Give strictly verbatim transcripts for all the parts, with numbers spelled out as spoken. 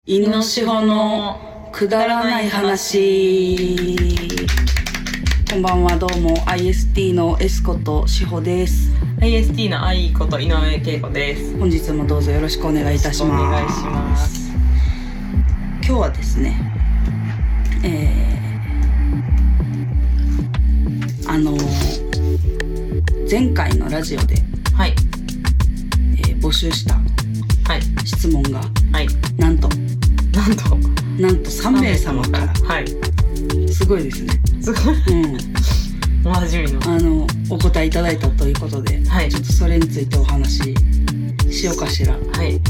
イノシホのくだらない話。こんばんは、どうも アイエスティー のエスことしほです。 アイエスティー のアイこと井上恵子です。 本日もどうぞよろしくお願いいたします。 お願いします。 今日はですね、えー、あの前回のラジオで、 はいえー、募集した質問が、 はい、 なんとなんとなんとさんめいさまから、 はい、 すごいですね。 すごい、うん、おなじみのあのお答えいただいたということで、はい、ちょっとそれについてお話ししようかしら。 はい、うん、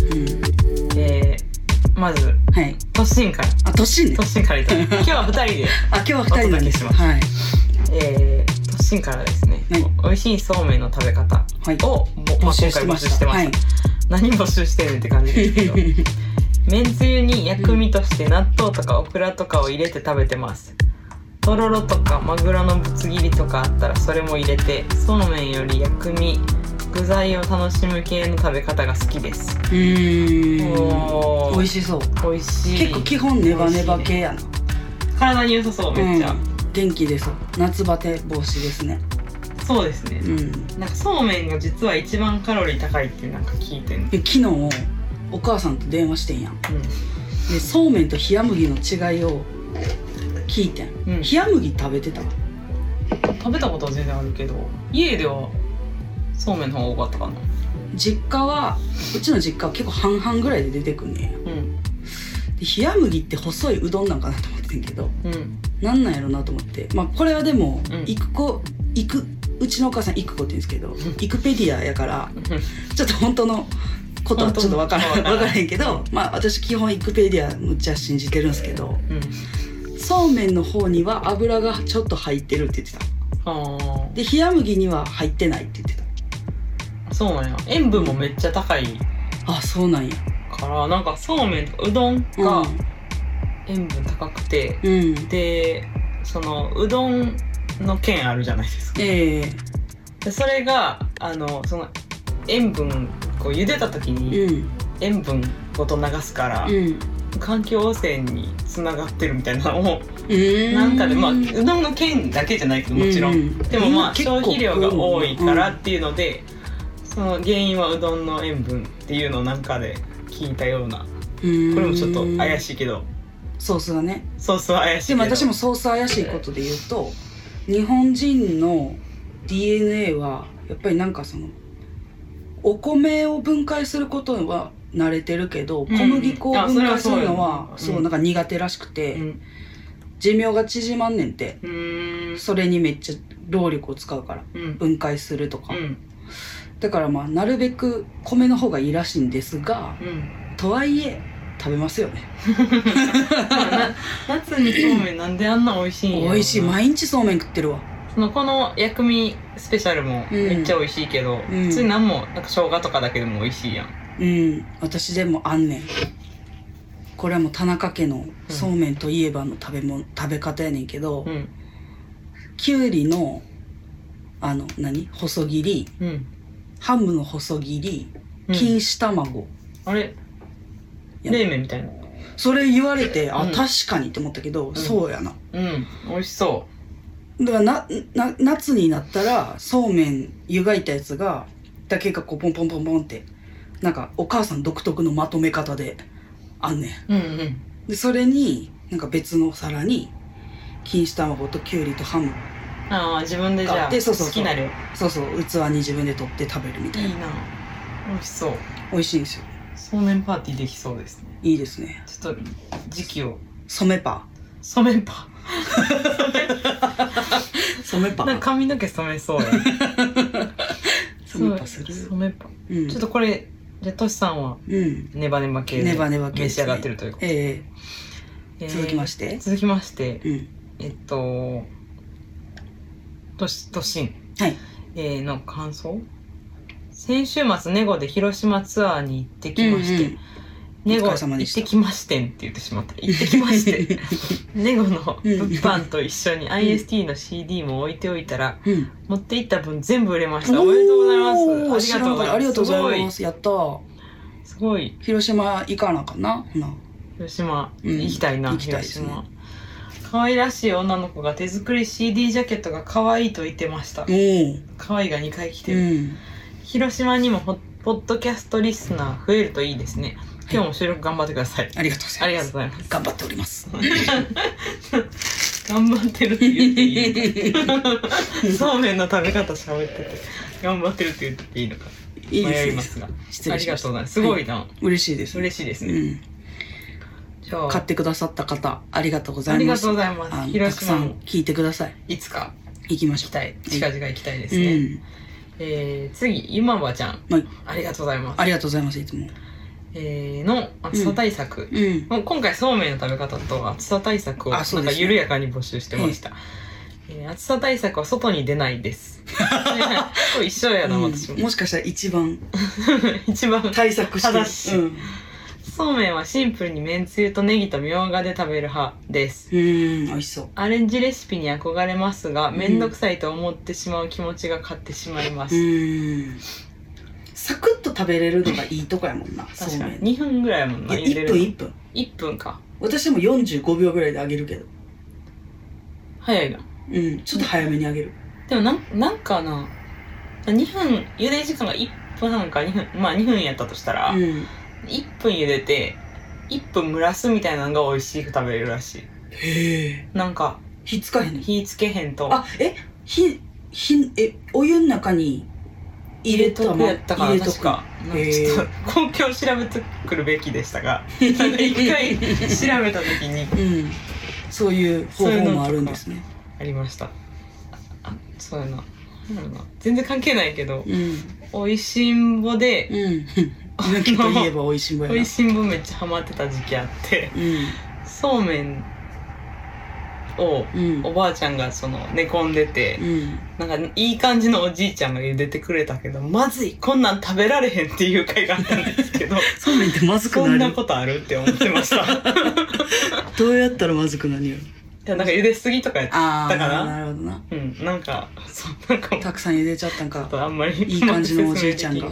えー、まず、はい、トッシンからあトッシンねトッシンからいた今日はふたりであ今日はふたりなんですよ。はい、 えー、トッシンからですね、はい、美味しいそうめんの食べ方を、はい、 募集してました。 募集してました、はい、何募集してんねんって感じですけどめんつゆに薬味として納豆とかオクラとかを入れて食べてます。とろろとかマグロのぶつ切りとかあったらそれも入れて、そうめんより薬味具材を楽しむ系の食べ方が好きです。 うーんお美味しそう。 美味しい。 結構基本ネバネバ系やな、ね、 体に良さそう。めっちゃ、うん、 元気出そう。夏バテ防止ですね。 そうですね、 うん、 なんかそうめんが実は一番カロリー高いってなんか聞いてんの。 昨日お母さんと電話してんやん、うん、でそうめんと冷麦の違いを聞いてん、うん、冷麦食べてた？ 食べたことは全然あるけど、家ではそうめんの方が多かったかな。 実家はうちの実家は結構半々ぐらいで出てくんねんや、うん、で冷麦って細いうどんなんかなと思ってんけど、うん、なんなんやろなと思って、まあこれはでも、うん、いくこいくうちのお母さんいくこって言うんですけど、うん、イクペディアやからちょっと本当のことはちょっと分から分からへんけど、まあ私基本イクペディアむっちゃ信じてるんですけど、うん、そうめんの方には油がちょっと入ってるって言ってた。あで冷麦には入ってないって言ってた。 そうなんや。塩分もめっちゃ高い、うん、 あそうなんやからなんかそうめんとかうどんが塩分高くて、うん、でそのうどんの剣あるじゃないですか、えー、でそれがあのその塩分こう茹でた時に塩分ごと流すから、うん、環境汚染につながってるみたいなのを、うん、なんかでまあうどんの剣だけじゃないけどもちろん、うん、でもまあ消費量が多いからっていうので、うん、その原因はうどんの塩分っていうのをなんかで聞いたような、これもちょっと怪しいけど、 ソースがねソースは怪しいけど、 でも私もソース怪しいことで言うと、日本人の ディーエヌエー はやっぱりなんかそのお米を分解することは慣れてるけど、小麦粉を分解するのはそうなんか苦手らしくて、うん、寿命が縮まんねんて、うん、それにめっちゃ労力を使うから、うん、分解するとか、うん、だからまあなるべく米の方がいいらしいんですが、うん、とはいえ食べますよね夏にそうめんなんであんな美味しいんやろ。 美味しい。毎日そうめん食ってるわ。 そのこの薬味スペシャルもめっちゃ美味しいけど、うん、普通に何もなんか生姜とかだけでも美味しいやん。 うん、私でもあんねん。これはもう田中家のそうめんといえばの食べ物、食べ方やねんけど、うん、きゅうりのあの何細切り、うん、ハムの細切り、錦糸卵、 うん、あれ冷麺みたいな。 それ言われて、あ、うん、確かにって思ったけど、うん、そうやな。 うん、美味しそう。 だからなな夏になったらそうめん湯がいたやつがだけがこうポンポンポンポンってなんかお母さん独特のまとめ方であんねん、うんうん、でそれになんか別の皿に錦糸卵ときゅうりとハムああ自分でじゃあそうそうそう好きな量そうそう器に自分で取って食べるみたいな。 いいな、美味しそう。 美味しいんですよ。 そうめんパーティーできそうですね。 いいですね。 ちょっと時期を染めパ染めパ染めパなんか髪の毛染めそうや染めパする染めパ、うん、ちょっとこれじゃあトシさんはネバネバ系でネバネバ系召し上がってるということで、 えーえー、続きまして続きまして、うん、えっとトシトシン、はいえー、の感想。先週末ネゴで広島ツアーに行ってきまして、うんうんネゴ行ってきましてんって言ってしまった行ってきましてネゴの物販と一緒に アイエスティー の シーディー も置いておいたら、うん、持って行った分全部売れました。おめでとうございます。ありがとうございます。 ありがとうございます。やったー。 すごい。 広島行かなあかんな。ほな広島、うん、行きたいな、広島。可愛らしい女の子が手作り シーディー ジャケットが可愛いと言ってました。可愛いがにかい来てる、うん、広島にもポッドキャストリスナー増えるといいですね。今日も収録頑張ってください、はい、 ありがとうございます。 ありがとうございます。 頑張っております頑張ってるって言っていいのかそうめんの食べ方喋ってて頑張ってるって言っていいのかいいです迷いますが、 失礼しました。ありがとうございます。 すごいな、はい、 嬉しいですね。 嬉しいですね、うん、 じゃあ買ってくださった方ありがとうございます。 ありがとうございます。広島も聞いてください。 いつか行きましょう。 行きたい、近々行きたいですね、うん、えー、次ゆまばちゃん、はい、ありがとうございます。 ありがとうございます。いつもえー、の暑さ対策、うんうん、今回そうめんの食べ方と暑さ対策をなんか緩やかに募集してました、えー、暑さ対策は外に出ないです一緒やな、うん、私ももしかしたら一番一番対策して正しい、うん、そうめんはシンプルにめんつゆとネギとみょうがで食べる派です。 うん、美味しそう。 アレンジレシピに憧れますが、めんどくさいと思ってしまう気持ちが勝ってしまいます。 うんサクッと食べれるのがいいとこやもんな。 確かににふんぐらいやもんな。 いっぷんいっぷんいっぷんか。 私もよんじゅうごびょうぐらいで揚げるけど早いな。 うんちょっと早めに揚げる。 でもなんなんかなにふん茹で時間がいっぷんはんかにふんまあにふんやったとしたら、うん、いっぷん茹でていっぷん蒸らすみたいなのが美味しく食べれるらしい。 へえ。 なんか火つかへんの？ 火つけへんと。 あえ火火えお湯の中に入れとくやったかな、確か。 ちょっと根拠を調べてくるべきでしたが一回調べた時に、 うん、そういう方法もあるんですね。 ありました。あそうやな、なんだろうな、全然関係ないけど、うん、おいしんぼで、 うん、猪木といえばおいしんぼやな。 おいしんぼめっちゃハマってた時期あって、うん、そうめんを、うん、おばあちゃんがその寝込んでて、うん、なんかいい感じのおじいちゃんが茹でてくれたけど、まずい、こんなん食べられへんっていう回があったんですけどそうめんってまずくなる？ そんなことあるって思ってましたどうやったらまずくなるよ。 いやなんか茹ですぎとかやったかな。 あなるほどな。 うんなんかそうなんかたくさん茹でちゃったんか。 ちょっとあんまりいい感じのおじいちゃんが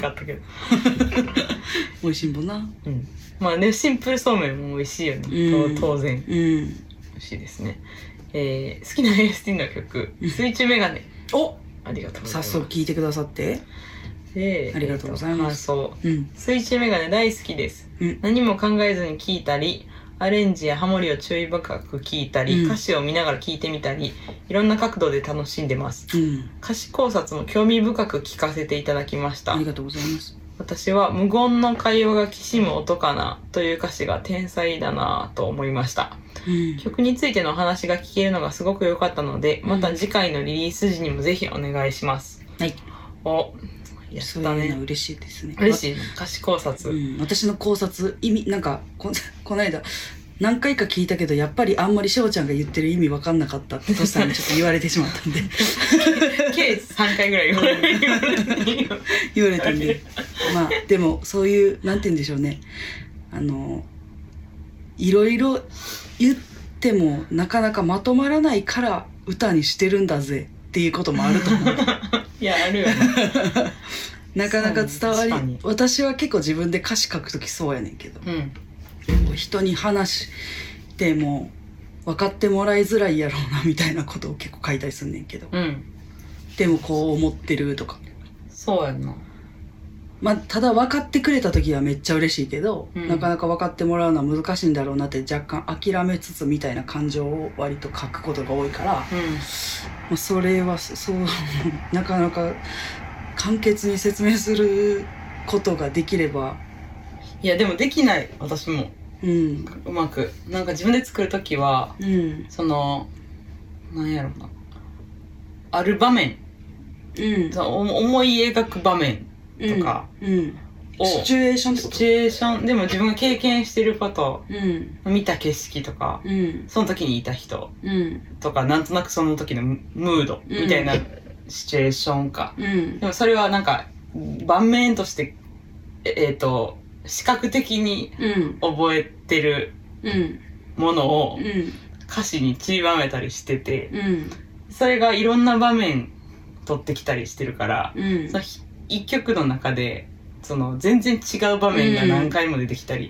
美味しんぼな。 うんまあねシンプルそうめんも美味しいよね、うん、当然、うん、美味しいですね。えー、好きな エーエスティー の曲「水中メガネ」 おありがとうございます。 早速聴いてくださってでありがとうございます。 感想、うん、水中メガネ大好きです、うん、何も考えずに聴いたりアレンジやハモリを注意深く聴いたり、うん、歌詞を見ながら聴いてみたりいろんな角度で楽しんでます、うん、歌詞考察も興味深く聞かせていただきました。 ありがとうございます。 私は無言の会話がきしむ音かなという歌詞が天才だなと思いました、うん、曲についてのお話が聞けるのがすごく良かったので、また次回のリリース時にもぜひお願いします、 はい。 おやったね。 嬉しいですね。 嬉しい歌詞考察、 うん、私の考察意味なんか こ, この間何回か聞いたけどやっぱりあんまり翔ちゃんが言ってる意味分かんなかったってトシさんにちょっと言われてしまったんで計さんかいぐらい言われ言われたんでまあでもそういうなんて言うんでしょうね、あのいろいろ言ってもなかなかまとまらないから歌にしてるんだぜっていうこともあると思ういやあるよねなかなか伝わり、私は結構自分で歌詞書くときそうやねんけど、うん人に話しても分かってもらいづらいやろうなみたいなことを結構書いたりすんねんけど、うん、でもこう思ってるとか。 そうやんな。 まあただ分かってくれた時はめっちゃ嬉しいけど、うん、なかなか分かってもらうのは難しいんだろうなって若干諦めつつみたいな感情を割と書くことが多いから、うんまあ、それはそうなかなか簡潔に説明することができれば。 いやでもできない私も、うん、うまくなんか自分で作るときは、うん、そのなんやろなある場面、うん、その思い描く場面とかを、うんうん、 シチュエーションってこと？ シチュエーションでも自分が経験してること、うん、見た景色とか、うん、その時にいた人、うん、とかなんとなくその時のムードみたいなシチュエーションか、うん、でもそれはなんか盤面としてえっ、ー、と視覚的に覚えてるものを歌詞に散りばめたりしてて、うん、それがいろんな場面取ってきたりしてるから、うん、その一曲の中でその全然違う場面が何回も出てきたり、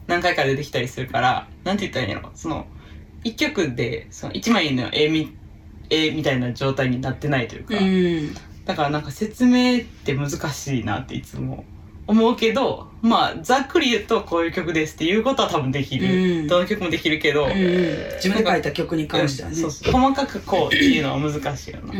何回か出てきたりするから、なんて言ったらいいんやろ、その一曲でその一枚の絵み絵みたいな状態になってないというか、うん、だからなんか説明って難しいなっていつも思うけど、まあざっくり言うとこういう曲ですっていうことは多分できる、うん、どの曲もできるけど、うん、 自分で書いた曲に関してはね、 そうそう細かくこうっていうのは難しいよな、うん、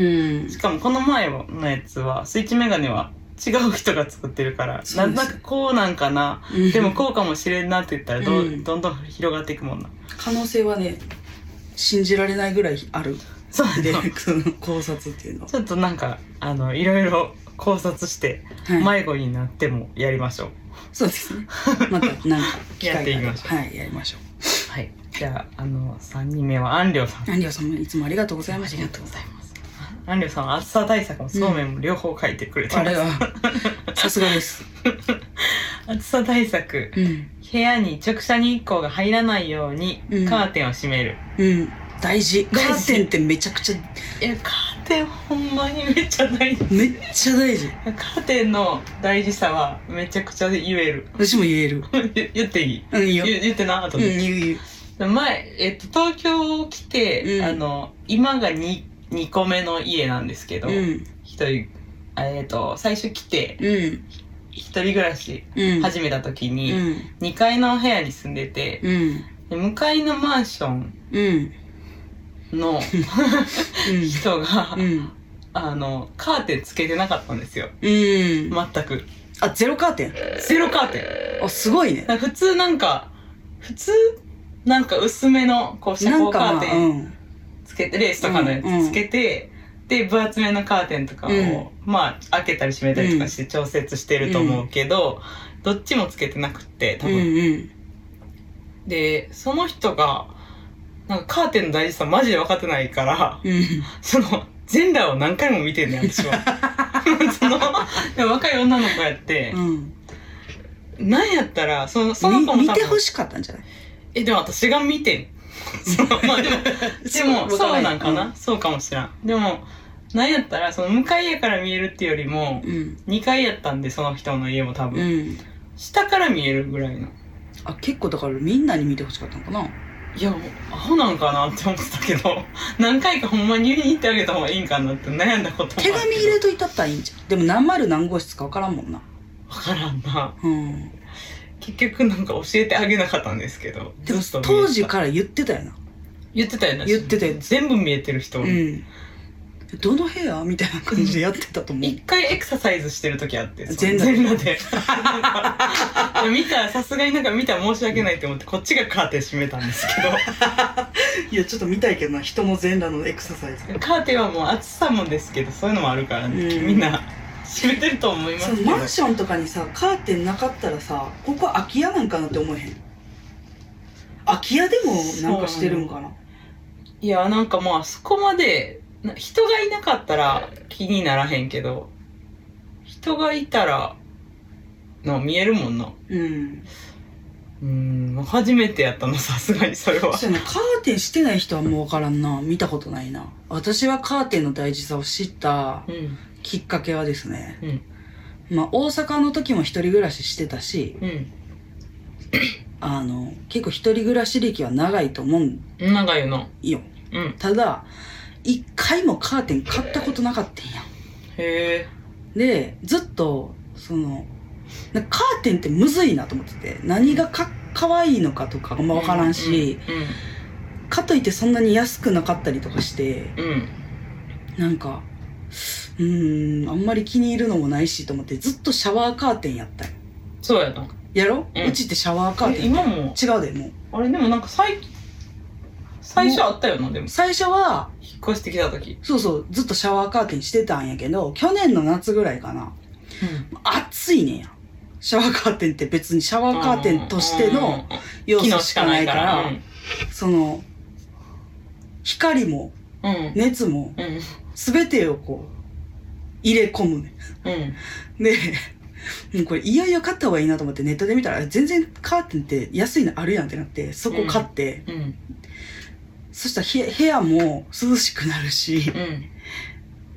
しかもこの前のやつはスイッチメガネは違う人が作ってるから、なんだかこうなんかな、うん、でもこうかもしれんなって言ったら ど,、うん、どんどん広がっていくもんな。 可能性はね信じられないぐらいある。 そうでその考察っていうのちょっとなんかあのいろいろ考察して迷子になってもやりましょう、はい、 そうですね。またなんかやっていきましょう。 はいやりましょう。 はい、じゃああのさんにんめは安良さん。 安良さんもいつもありがとうございます。 ありがとうございます。安良さんは暑さ対策もそうめんも両方書いてくれてます、うん、あれはさすがです暑さ対策、うん、部屋に直射日光が入らないようにカーテンを閉める、 うん、うん、大事。カーテンってめちゃくちゃ、いやカーテンほんまにめっちゃ大事。 めっちゃ大事。 カーテンの大事さはめちゃくちゃ言える。 私も言える。 言っていい？ うん、いいよ。 言, 言ってな後で、 うん、言う言う。前、えっと、東京来て、うん、あの今が 2, 2個目の家なんですけど、うん、一人、えっと、最初来て、うん、一人暮らし始めた時に、うん、にかいの部屋に住んでて、うん、で向かいのマンション、うんの人が、うん、あのカーテンつけてなかったんですよ、うん、全く。 あ、ゼロカーテン？ ゼロカーテン。 あ、すごいね。 普通なんか普通なんか薄めのこう遮光カーテンつけて、レースとかのやつつけて、うんうん、で分厚めのカーテンとかを、うん、まあ開けたり閉めたりとかして調節してると思うけど、うん、どっちもつけてなくって多分、うんうん、でその人がなんかカーテンの大事さマジで分かってないから、うん、その全裸を何回も見てんねん私はその若い女の子やって、うん、なんやったらそのその子も多分見てほしかったんじゃない？ えでも私が見てんそのまあでもでもそうなんかな、うん、そうかもしらん。でもなんやったらその向かいやから見えるっていうよりも、うん、にかいやったんでその人の家も多分、うん、下から見えるぐらいの。 あ、結構だからみんなに見てほしかったのかな。 いや、アホなんかなって思ってたけど何回かほんまに言いに行ってあげた方がいいんかなって悩んだこともある。 手紙入れといたったらいいんじゃん。でも何丸何号室か分からんもんな。 分からんな、うん、結局なんか教えてあげなかったんですけど。 でも当時から言ってたよな。 言ってたよな。 言ってたよ。 全部見えてる人、うん、 どの部屋みたいな感じでやってたと思う。 一回エクササイズしてる時あって、全裸で見たらさすがになんか見たら申し訳ないと思ってこっちがカーテン閉めたんですけどいやちょっと見たいけどな、人の全裸のエクササイズ。 カーテンはもう暑さもですけどそういうのもあるからね、うん、みんな閉めてると思いますけど。 マンションとかにさカーテンなかったらさ、ここ空き家なんかなって思えへん？空き家でもなんかしてるんかな。 いやなんかまあそこまで人がいなかったら気にならへんけど、人がいたらの見えるもんな。うんうーん初めてやったのさすがにそれは。 そうやな、カーテンしてない人はもう分からんな。見たことないな。私はカーテンの大事さを知ったきっかけはですね、うん、まあ大阪の時も一人暮らししてたし、うん、あの結構一人暮らし歴は長いと思うん長いよな。 いいよ、うん、ただ一回もカーテン買ったことなかったんやん。 へー。でずっとそのカーテンってむずいなと思ってて、何がか可愛いのかとかも分からんし、うんうんうん、かといってそんなに安くなかったりとかして、うん、なんかうーんあんまり気に入るのもないしと思ってずっとシャワーカーテンやったよ。 そうやな。 やろ、うん、うちってシャワーカーテン今も違うでもうあれでもなんか最最初あったよな。でも最初は引っ越してきた時そうそうずっとシャワーカーテンしてたんやけど、去年の夏ぐらいかな、うん、暑いねんや。シャワーカーテンって別にシャワーカーテンとしての要素しかないから、うん、その光も熱も全てをこう入れ込むね、うん、でもうこれいよいよ買った方がいいなと思ってネットで見たら全然カーテンって安いのあるやんってなって、そこ買って、うんうん、そしたら部屋も涼しくなるし、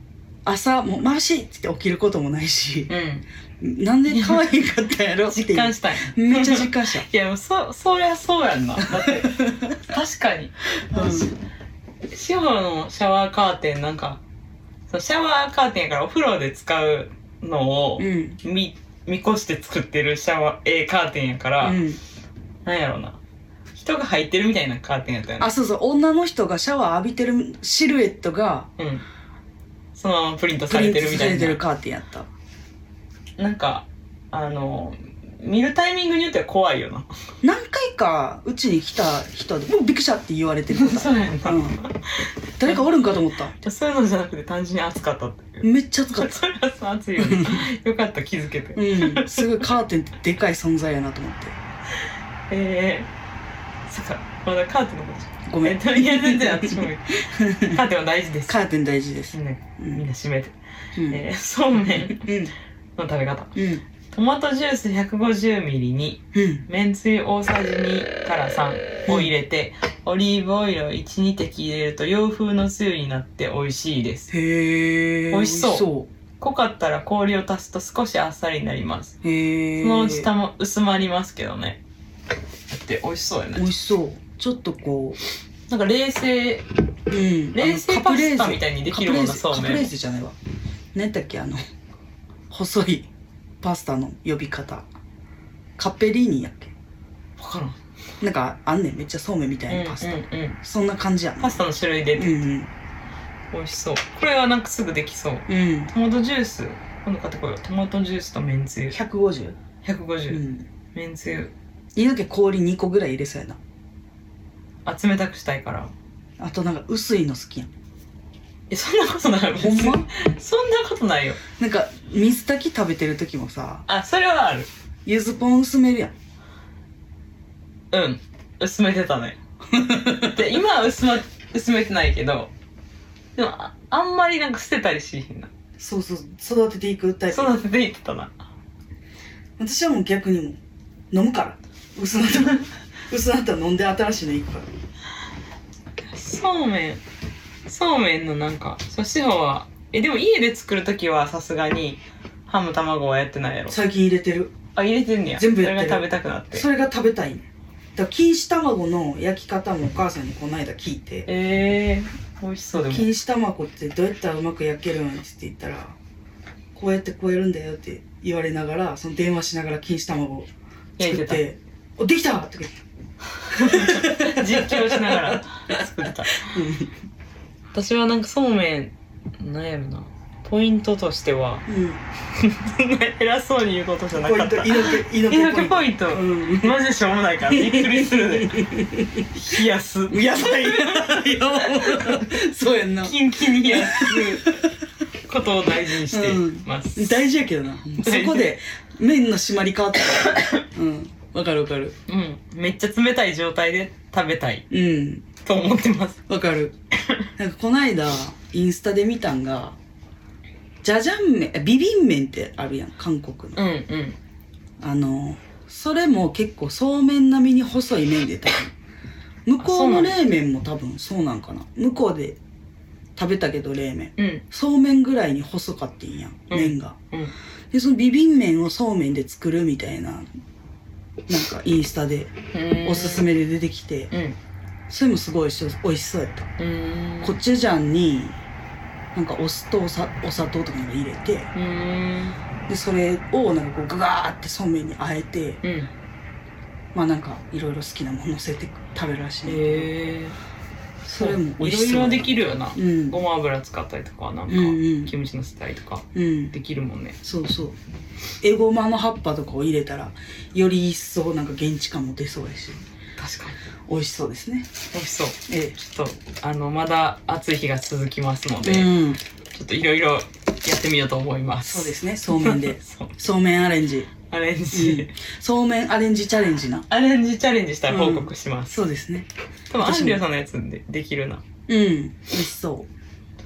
朝もう眩しいって言って起きることもないし、うん、なんで可愛かったんやろって実感したいめっちゃ実感したいやもう そ, そりゃそうやんなだって確かに、うん、シホのシャワーカーテンなんかそのシャワーカーテンやからお風呂で使うのを見、うん、見越して作ってるシャワー、えー、カーテンやから、うん、なんやろうな人が入ってるみたいなカーテンやったよね。 あ、そうそう、女の人がシャワー浴びてるシルエットが、 うん、そのままプリントされてるみたいな。プリントされてるカーテンやった。 なんかあの見るタイミングによっては怖いよな。 何回かうちに来た人でもうびっくりしたって言われてることそうやな、うん、 誰かおるんかと思った。 そういうのじゃなくて単純に暑かったっていう。 めっちゃ暑かった。 それはそう暑いよねよかった気づけて、 うん、すごいカーテンってでかい存在やなと思って。 えー、そっかまだカーテンのことごめん。 いや全然私もカーテンは大事です。 カーテン大事です、 ね、うん、みんな閉めて、うんえー、そうめんの食べ方、うん、トマトジュース ひゃくごじゅうミリ に、うん、めんつゆ大さじにからさんを入れて、うん、オリーブオイルをいち、に滴入れると洋風のつゆになって美味しいです。 へー、 美味しそう。そう濃かったら氷を足すと少しあっさりになります。へー、そのうちたも薄まりますけどね。だって美味しそうやね。 美味しそう。ちょっとこうなんか冷製、うん、冷製パスタみたいにできるもんなそうめん。 カプレーゼじゃないわ。何だっけあの細いパスタの呼び方。カッペリーニやっけ。 わからん。 なんかあんねんめっちゃそうめんみたいなパスタ。うんうんうん、そんな感じやな。 パスタの種類で、うんうん、美味しそう。これはなんかすぐできそう。うん、トマトジュース今度買ってこよう。トマトジュースとめんつゆ。 ひゃくごじゅう。 ひゃくごじゅう。うん、めんつゆ。 いいだけ氷にこぐらい入れそうやな。 あ、冷たくしたいから。 あとなんか薄いの好きやん。 え、そんなことない。 ほんまそんなことないよ。 なんか水炊き食べてる時もさ、 あ、それはある。 ゆずポン薄めるやん。 うん薄めてたねで今は薄,、ま、薄めてないけどでも あ, あんまりなんか捨てたりしひんな。 そうそう育てていくタイプ。 育てていってたな。 私はもう逆にもう飲むから薄なったら薄なったら飲んで新しいのいくから。 そうめんそうめんのなんかそうしほはえでも家で作るときはさすがにハム卵はやってないやろ。 最近入れてる。 あ入れてんねや。 全部やってる。 それが食べたくなって。 それが食べたいね。だから錦糸卵の焼き方もお母さんにこの間聞いて、 えー、美味しそう。でも錦糸卵ってどうやったらうまく焼けるんって言ったらこうやってこうやるんだよって言われながらその電話しながら錦糸卵を作って「おできた!」って言って実況しながら作ってた私はなんかそうめんなんやろなポイントとしては、うん、偉そうに言うことじゃなかった。猪木ポイント、うん、マジでしょうもないからびっくりするで冷やすやばいそうやんなキンキンに冷やすことを大事にしてます、 うん、大事やけどなそこで麺の締まり変わったらうんわかるわかる。 うんめっちゃ冷たい状態で食べたいうんと思ってます。 わかるなんかこの間インスタで見たんがジャジャン麺ビビン麺ってあるやん韓国のうんうんあのそれも結構そうめん並みに細い麺で多分向こうの冷麺も多分そうなんかな。向こうで食べたけど冷麺、うん、そうめんぐらいに細かっていいやん麺が、うんうん、でそのビビン麺をそうめんで作るみたいななんかインスタでおすすめで出てきて、うん、それもすごい美味しそうやった。コチュジャンになんかお酢とおさお砂糖とか入れてでそれをなんかこうガガーってそうめんにあえて、うん、まあなんかいろいろ好きなもの乗せて食べるらしいんだけど、へそれも美味しそう。 いろいろできるよな、うん、ごま油使ったりとかなんか、うんうん、キムチのせたりとか、うん、できるもんね。 そうそうエゴマの葉っぱとかを入れたらより一層なんか現地感も出そうやし確かに美味しそうですね。 美味しそう、ええ、ちょっとあのまだ暑い日が続きますので、うん、ちょっといろいろやってみようと思います。 そうですねそうめんでそうそうめんアレンジアレンジ、うん、 そうめんアレンジチャレンジなアレンジチャレンジしたら報告します、 うん、そうですね。 多分アンリョさんのやつでできるな。 うん美味しそう。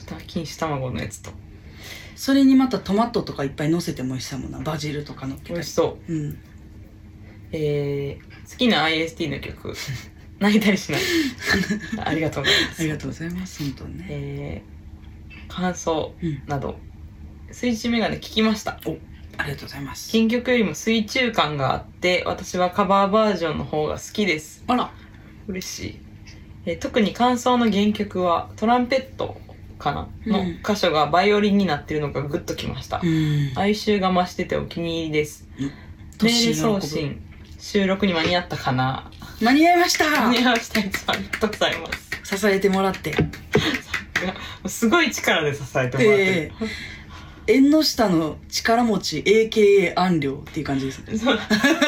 ちょっと錦糸卵のやつとそれにまたトマトとかいっぱい乗せても美味しそうもんな。バジルとか乗っけたり美味しそう、うんえー、好きな アイエスティー の曲泣いたりしないありがとうございます。 ありがとうございます本当にね、 えー、感想など、 水中メガネ聞きました。 お、ありがとうございます。 原曲よりも水中感があって私はカバーバージョンの方が好きです。 あら、 嬉しい。えー、特に感想の原曲はトランペットかな、うん、の箇所がバイオリンになってるのがグッときました。うん、哀愁が増しててお気に入りです。うん、メール送信収録に間に合ったかな。 間に合いました。 間に合いました。いつもありがとうございます。 支えてもらってすごい力で支えてもらって、えー縁の下の力持ち エーケーエー 安良っていう感じですね。そう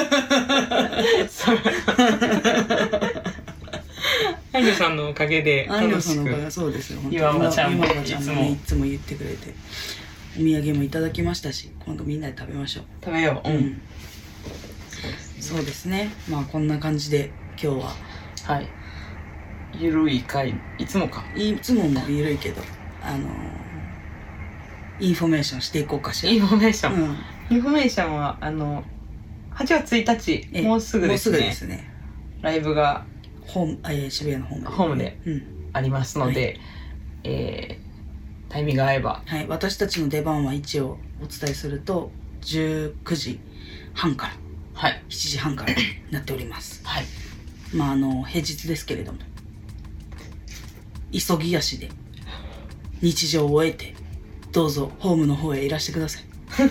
安良さんのおかげで楽しく。 そうですよ。 岩間ちゃんもいつもいつも言ってくれて、お土産もいただきましたし、今度みんなで食べましょう。 食べよう。うん。 そうですね。まあこんな感じで今日ははい。ゆるい回、いつもか。 いつももゆるいけど、あの。インフォメーションしていこうかしら。 インフォメーション、うん、インフォメーションはあのはちがつついたち、もうすぐですね。もうすぐですね。ライブがホーム、えー、渋谷のホームで、 ホームでありますので、はい、えー、タイミングが合えば、 はい、私たちの出番は一応お伝えするとじゅうくじはんから、はい、しちじはんからなっております。はい。まああの平日ですけれども急ぎ足で日常を終えてどうぞホームの方へいらしてください。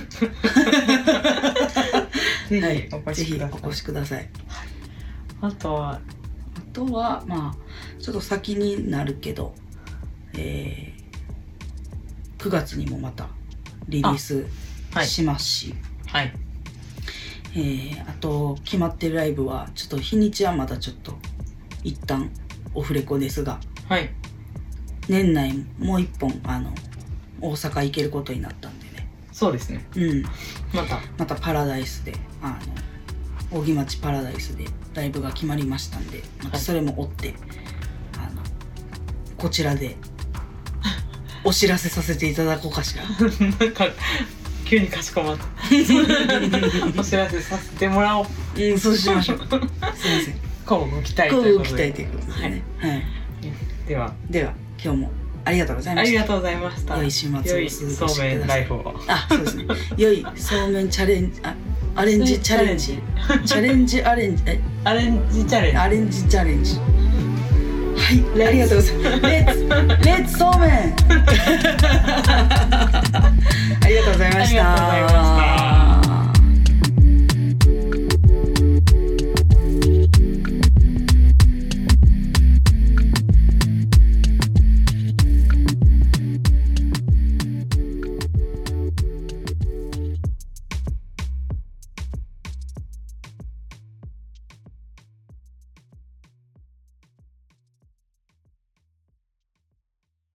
はい、 ぜひお越しください。 あとはあとはまあちょっと先になるけど、えー、くがつにもまたリリースしますし、はい、はい、えー、あと決まってるライブはちょっと日にちはまだちょっと一旦オフレコですが、はい、年内もう一本あの大阪行けることになったんでね。 そうですね。うん。またまたパラダイスであの扇町パラダイスでライブが決まりましたんで、またそれも追って、はい、あのこちらでお知らせさせていただこうかしら。 なんか急にかしこまった。お知らせさせてもらおう。 うん、そうしましょう。すいません。 こうご期待ということで。こうご期待ということでね。はい。はい、 ではでは今日も。ありがとうございました。 ありがとうございました。 良い週末をお過ごしください。 そうめんライフを。 あ、そうですね。良いそうめんチャレンジ、あ、アレンジチャレンジ、チャレンジアレンジ、え、 アレンジチャレンジ、 アレンジチャレンジ。はい、ありがとうございます。レッツ、レッツそうめん。ありがとうございました。 ありがとうございました。